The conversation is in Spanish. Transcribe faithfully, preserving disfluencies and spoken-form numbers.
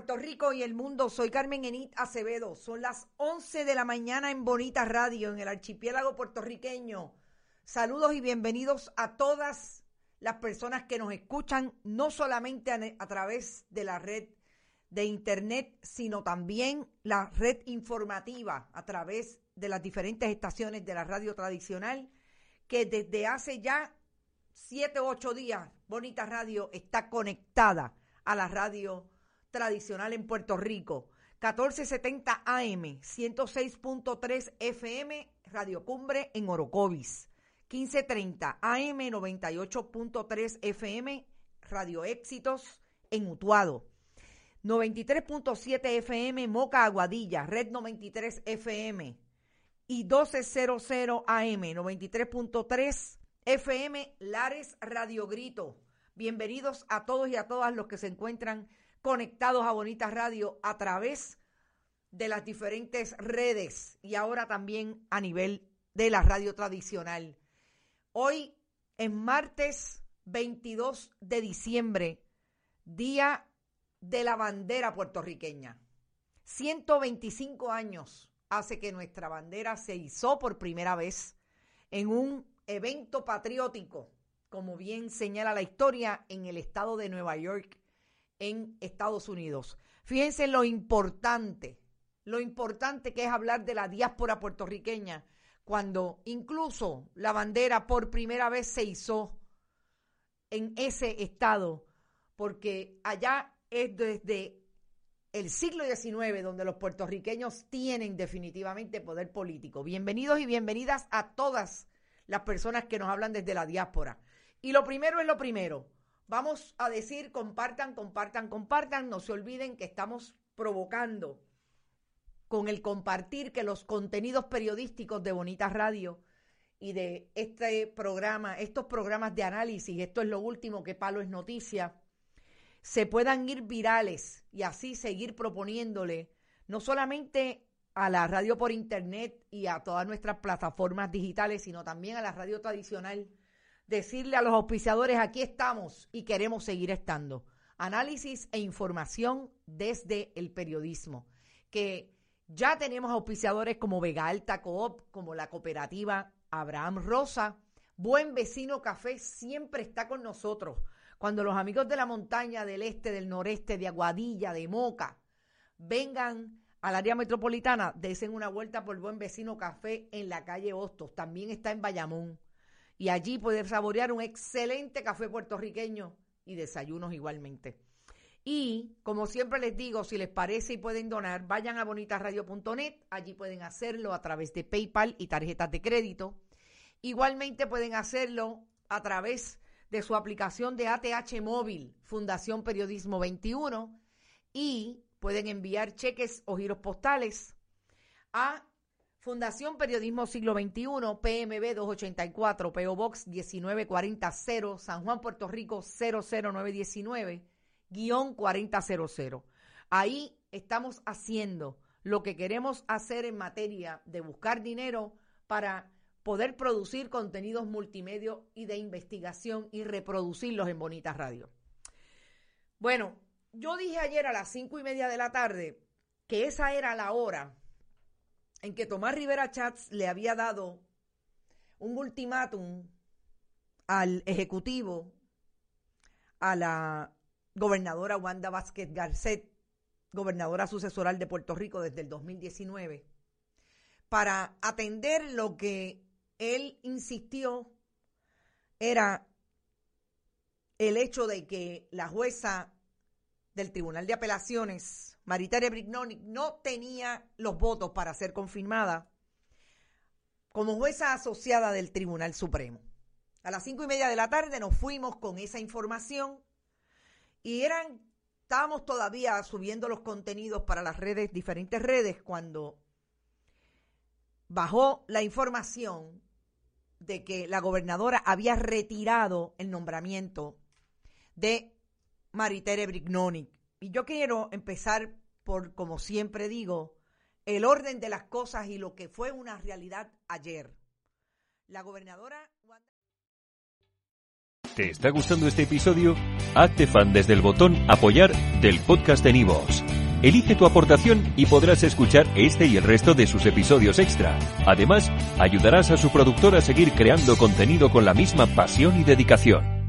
Puerto Rico y el mundo, soy Carmen Enit Acevedo. Son las once de la mañana en Bonita Radio, en el archipiélago puertorriqueño. Saludos y bienvenidos a todas las personas que nos escuchan, no solamente a, a través de la red de internet, sino también la red informativa a través de las diferentes estaciones de la radio tradicional, que desde hace ya siete u ocho días, Bonita Radio está conectada a la radio tradicional en Puerto Rico. catorce setenta A M, ciento seis punto tres F M, Radio Cumbre en Orocovis. quince treinta A M, noventa y ocho punto tres F M, Radio Éxitos en Utuado. noventa y tres punto siete F M, Moca Aguadilla, Red noventa y tres F M. Y doce cero A M, noventa y tres punto tres F M, Lares Radio Grito. Bienvenidos a todos y a todas los que se encuentran conectados a Bonita Radio a través de las diferentes redes y ahora también a nivel de la radio tradicional. Hoy, en martes veintidós de diciembre, Día de la Bandera Puertorriqueña. ciento veinticinco años hace que nuestra bandera se izó por primera vez en un evento patriótico, como bien señala la historia, en el estado de Nueva York, en Estados Unidos. Fíjense lo importante, lo importante que es hablar de la diáspora puertorriqueña, cuando incluso la bandera por primera vez se izó en ese estado, porque allá es desde el siglo diecinueve donde los puertorriqueños tienen definitivamente poder político. Bienvenidos y bienvenidas a todas las personas que nos hablan desde la diáspora. Y lo primero es lo primero. Vamos a decir, compartan, compartan, compartan. No se olviden que estamos provocando con el compartir que los contenidos periodísticos de Bonita Radio y de este programa, estos programas de análisis, esto es lo último que Palo es Noticia, se puedan ir virales y así seguir proponiéndole no solamente a la radio por internet y a todas nuestras plataformas digitales, sino también a la radio tradicional, decirle a los auspiciadores, aquí estamos y queremos seguir estando. Análisis e información desde el periodismo, que ya tenemos auspiciadores como Vega Alta Coop, como la cooperativa Abraham Rosa. Buen Vecino Café siempre está con nosotros. Cuando los amigos de la montaña, del este, del noreste, de Aguadilla, de Moca, vengan al área metropolitana, desen una vuelta por Buen Vecino Café en la calle Hostos. También está en Bayamón. Y allí pueden saborear un excelente café puertorriqueño y desayunos igualmente. Y, como siempre les digo, si les parece y pueden donar, vayan a bonita radio punto net. Allí pueden hacerlo a través de PayPal y tarjetas de crédito. Igualmente pueden hacerlo a través de su aplicación de A T H Móvil, Fundación Periodismo veintiuno. Y pueden enviar cheques o giros postales a Fundación Periodismo Siglo veintiuno, P M B doscientos ochenta y cuatro, P O Box diecinueve cuarenta cero, San Juan, Puerto Rico cero cero nueve diecinueve, guión cuarenta cero cero. Ahí estamos haciendo lo que queremos hacer en materia de buscar dinero para poder producir contenidos multimedia y de investigación y reproducirlos en Bonita Radio. Bueno, yo dije ayer a las cinco y media de la tarde que esa era la hora en que Tomás Rivera Chats le había dado un ultimátum al Ejecutivo, a la gobernadora Wanda Vázquez Garcet, gobernadora sucesoral de Puerto Rico desde el dos mil diecinueve, para atender lo que él insistió era el hecho de que la jueza del Tribunal de Apelaciones, Maritere Brignonik, no tenía los votos para ser confirmada como jueza asociada del Tribunal Supremo. A las cinco y media de la tarde nos fuimos con esa información y eran, estábamos todavía subiendo los contenidos para las redes, diferentes redes, cuando bajó la información de que la gobernadora había retirado el nombramiento de Maritere Brignonik. Y yo quiero empezar por, como siempre digo, el orden de las cosas y lo que fue una realidad ayer. La gobernadora... ¿Te está gustando este episodio? Hazte fan desde el botón Apoyar del podcast de Nivos. Elige tu aportación y podrás escuchar este y el resto de sus episodios extra. Además, ayudarás a su productor a seguir creando contenido con la misma pasión y dedicación.